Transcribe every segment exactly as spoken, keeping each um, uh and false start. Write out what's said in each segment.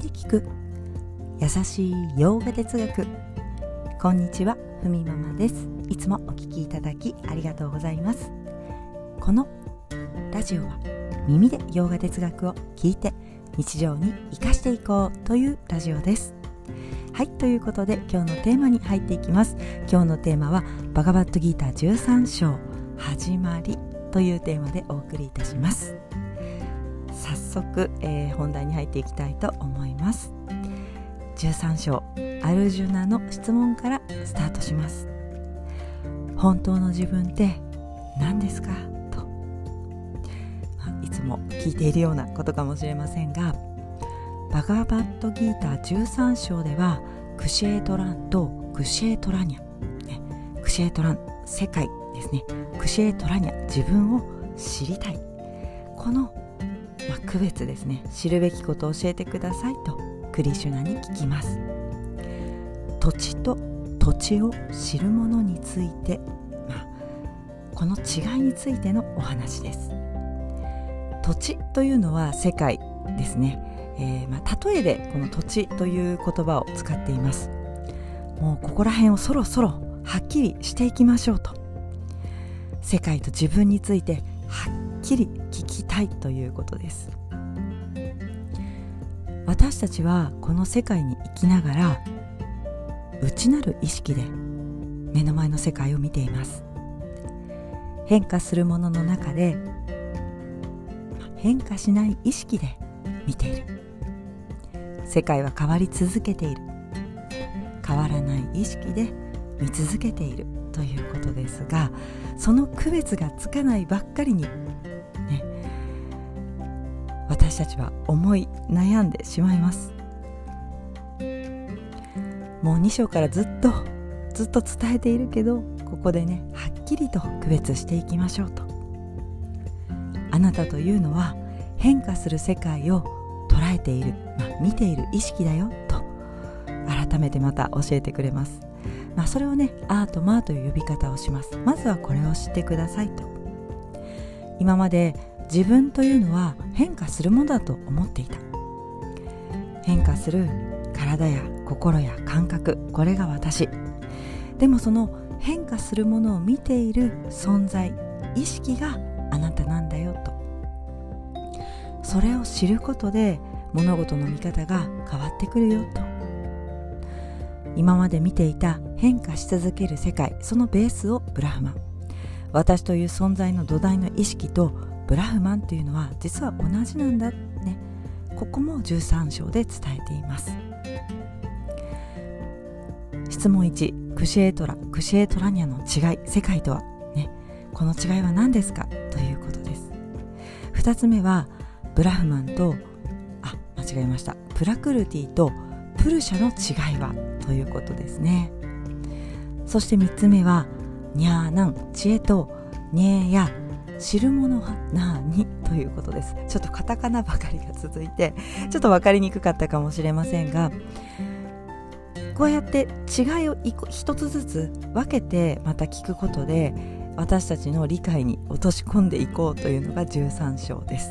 で聞く優しい洋画哲学。こんにちは、ふみママです。いつもお聞きいただきありがとうございます。このラジオは耳で洋画哲学を聞いて日常に生かしていこうというラジオです。はい、ということで今日のテーマに入っていきます。今日のテーマはバガバットギーターじゅうさん章始まりというテーマでお送りいたします。早速、えー、本題に入っていきたいと思います。じゅうさん章アルジュナの質問からスタートします。本当の自分って何ですかと、まあ、いつも聞いているようなことかもしれませんが、バガバットギーターじゅうさん章ではクシェートランとクシェートラニャ、ね、クシェートラン世界ですね、クシェートラニャ自分を知りたい、この、まあ、区別ですね、知るべきことを教えてくださいとクリシュナに聞きます。土地と土地を知るものについて、まあ、この違いについてのお話です。土地というのは世界ですね。えーまあ、例えでこの土地という言葉を使っています。もうここら辺をそろそろはっきりしていきましょうと、世界と自分についてはっきり聞きたいということです。私たちはこの世界に生きながら内なる意識で目の前の世界を見ています。変化するものの中で変化しない意識で見ている。世界は変わり続けている。変わらない意識で見続けているということですが、その区別がつかないばっかりに、ね、私たちは思い悩んでしまいます。もうに章からずっとずっと伝えているけど、ここでね、はっきりと区別していきましょうと。あなたというのは変化する世界を捉えている、まあ、見ている意識だよと改めてまた教えてくれます。まあ、それをね、アートマーという呼び方をします。まずはこれを知ってくださいと。今まで自分というのは変化するものだと思っていた。変化する体や心や感覚、これが私。でもその変化するものを見ている存在、意識があなたなんだよと。それを知ることで物事の見方が変わってくるよと。今まで見ていた変化し続ける世界、そのベースをブラフマン、私という存在の土台の意識とブラフマンというのは実は同じなんだね。ここもじゅうさん章で伝えています。質問いち、クシェートラクシェートラニャの違い、世界とは、ね、この違いは何ですかということです。ふたつめはブラフマンとあ間違えましたプラクルティとプルシャの違いはということですね。そしてみっつめはニャーナン、知恵とニェーや知るものはなーにということです。ちょっとカタカナばかりが続いてちょっと分かりにくかったかもしれませんが、こうやって違いを一つずつ分けてまた聞くことで私たちの理解に落とし込んでいこうというのがじゅうさん章です。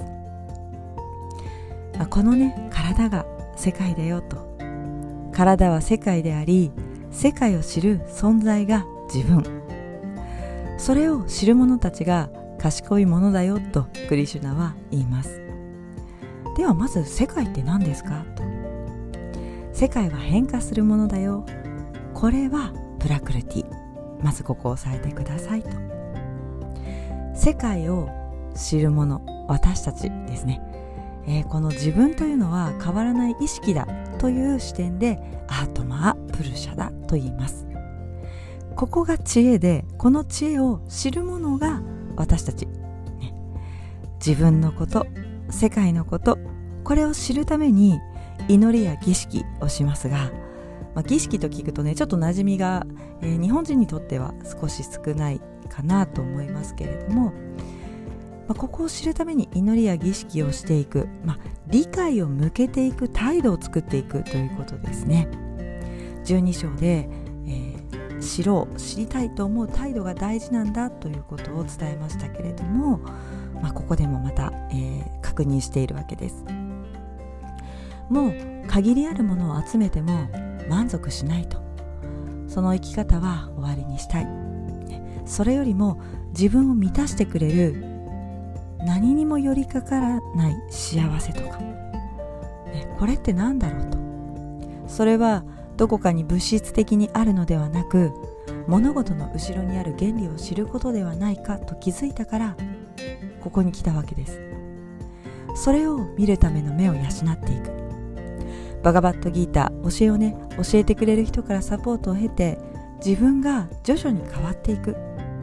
このね、体が世界だよと。体は世界であり、世界を知る存在が自分。それを知る者たちが賢いものだよとクリシュナは言います。ではまず世界って何ですかと。世界は変化するものだよ。これはプラクルティ。まずここを押さえてくださいと。世界を知る者、私たちですね。えー、この自分というのは変わらない意識だという視点でアートマープルシャだと言います。ここが知恵で、この知恵を知る者が私たち、ね、自分のこと、世界のこと、これを知るために祈りや儀式をしますが、まあ、儀式と聞くとね、ちょっと馴染みが、えー、日本人にとっては少し少ないかなと思いますけれども、まあ、ここを知るために祈りや儀式をしていく、まあ、理解を向けていく態度を作っていくということですね。じゅうに章で、えー、知ろう、知りたいと思う態度が大事なんだということを伝えましたけれども、まあ、ここでもまた、えー、確認しているわけです。 もう限りあるものを集めても満足しないと、その生き方は終わりにしたい。それよりも自分を満たしてくれる何にも寄りかからない幸せとか、ね、これって何だろうと。それはどこかに物質的にあるのではなく、物事の後ろにある原理を知ることではないかと気づいたから、ここに来たわけです。それを見るための目を養っていく。バガバットギーター、教えをね教えてくれる人からサポートを経て、自分が徐々に変わっていく。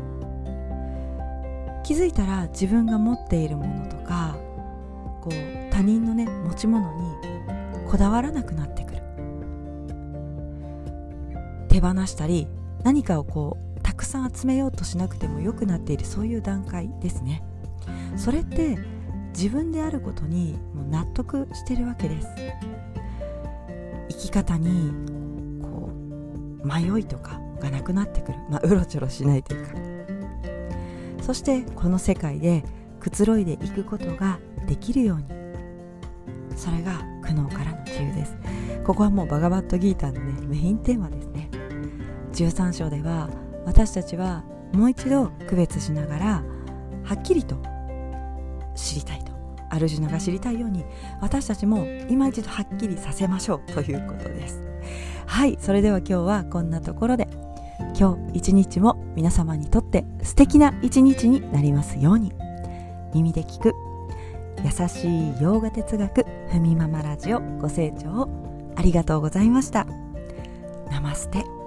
気づいたら自分が持っているものとか、こう他人のね持ち物にこだわらなくなってくる。手放したり、何かをこうたくさん集めようとしなくてもよくなっている、そういう段階ですね。それって自分であることにもう納得してるわけです。生き方にこう迷いとかがなくなってくる、まあ、うろちょろしないというか、そしてこの世界でくつろいでいくことができるように、それが苦悩からの自由です。ここはもうバガバットギーターのねメインテーマですね。じゅうさん章では私たちはもう一度区別しながらはっきりと知りたいと、アルジュナが知りたいように私たちも今一度はっきりさせましょうということです。はい、それでは今日はこんなところで、今日一日も皆様にとって素敵な一日になりますように。耳で聞く優しい洋画哲学ふみママラジオ、ご清聴ありがとうございました。ナマステ。